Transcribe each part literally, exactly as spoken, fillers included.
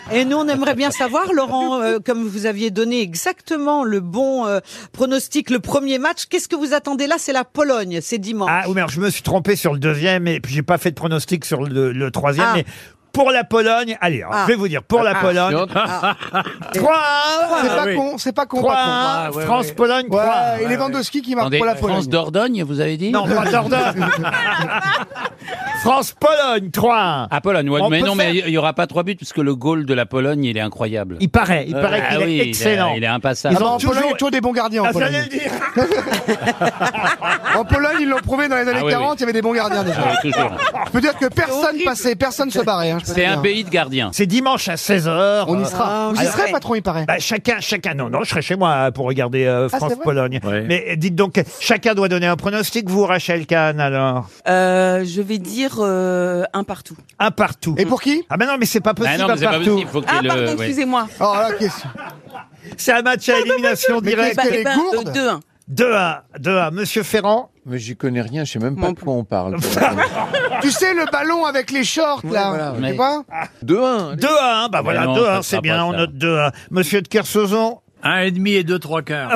Et nous, on aimerait bien savoir, Laurent, euh, comme vous aviez donné exactement le bon euh, pronostic, le premier match, qu'est-ce que vous attendez là? C'est la Pologne, c'est dimanche. Ah oui, mais alors, je me suis trompé sur le deuxième et puis j'ai pas fait de pronostic sur le, le troisième. Ah. Mais pour la Pologne, allez, alors, Ah. je vais vous dire, pour la Ah. Pologne, Ah. trois un, C'est pas oui. con, c'est pas con, trois pas un, Ah, ouais, France-Pologne, con. Ouais, trois un. et Lewandowski qui marque Attendez, pour la Pologne. France Dordogne, vous avez dit? Non, pas Dordogne. France-Pologne, trois un. À Pologne, ouais, On mais peut non, faire- mais il y aura pas trois buts parce que le goal de la Pologne, il est incroyable. Il paraît, il paraît Ah qu'il oui, est excellent. Il est, il est impassable. Ah bah, ont en Pologne, toujours- il y a toujours des bons gardiens. En Ah, j'allais Pologne, le dire. en Pologne ils l'ont prouvé dans les années Ah oui, quarante, oui. il y avait des bons gardiens déjà. Ouais, toujours. Je peux dire que personne passait, personne se barrait. Hein, je peux C'est te un dire. pays de gardiens. C'est dimanche à seize heures. On y euh, sera. Ah, Vous y alors, serez, ouais. patron, il paraît. Bah, chacun, chacun, non, non, je serai chez moi pour regarder euh, Ah, c'est France-Pologne. Ouais. Mais dites donc, chacun doit donner un pronostic, vous, Rachel Kahn, alors. Euh, je vais dire euh, un partout. Un partout. Et pour qui? Ah ben non, mais c'est pas Ah possible, non, mais un c'est pas partout. possible. Faut qu'il y Ah ait le- pardon, ouais. excusez-moi. Oh la question. C'est un match à élimination Mais directe. qu'est-ce Eh qu'elle est ben, gourde. euh, deux un. deux à un, deux à un. Monsieur Ferrand. Mais j'y connais rien, je sais même pas Mon de quoi on parle. Tu sais, le ballon avec les shorts, là. voilà, Tu ouais. sais pas? deux un. deux à un, bah voilà, non, deux ça à un, c'est sera bien, pas on ça. note deux à un. Monsieur de Kersauzon. Un et demi et deux trois quarts.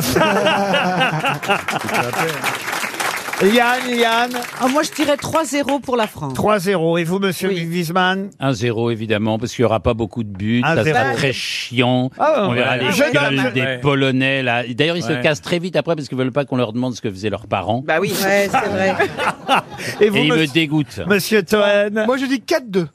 Yann, Yann. Ah, moi, je dirais trois zéro pour la France. trois zéro. Et vous, monsieur Oui. Wiesmann? un zéro évidemment, parce qu'il n'y aura pas beaucoup de buts, un ça zéro. sera très chiant. Ah, on ouais. verra Ouais. les Je gueules note. des Ouais. Polonais là. D'ailleurs, ils se Ouais. cassent très vite après parce qu'ils veulent pas qu'on leur demande ce que faisaient leurs parents. Bah oui. Ouais, c'est vrai. Et vous, Et ils me monsieur, dégoûtent. monsieur Toen? Moi, je dis quatre deux.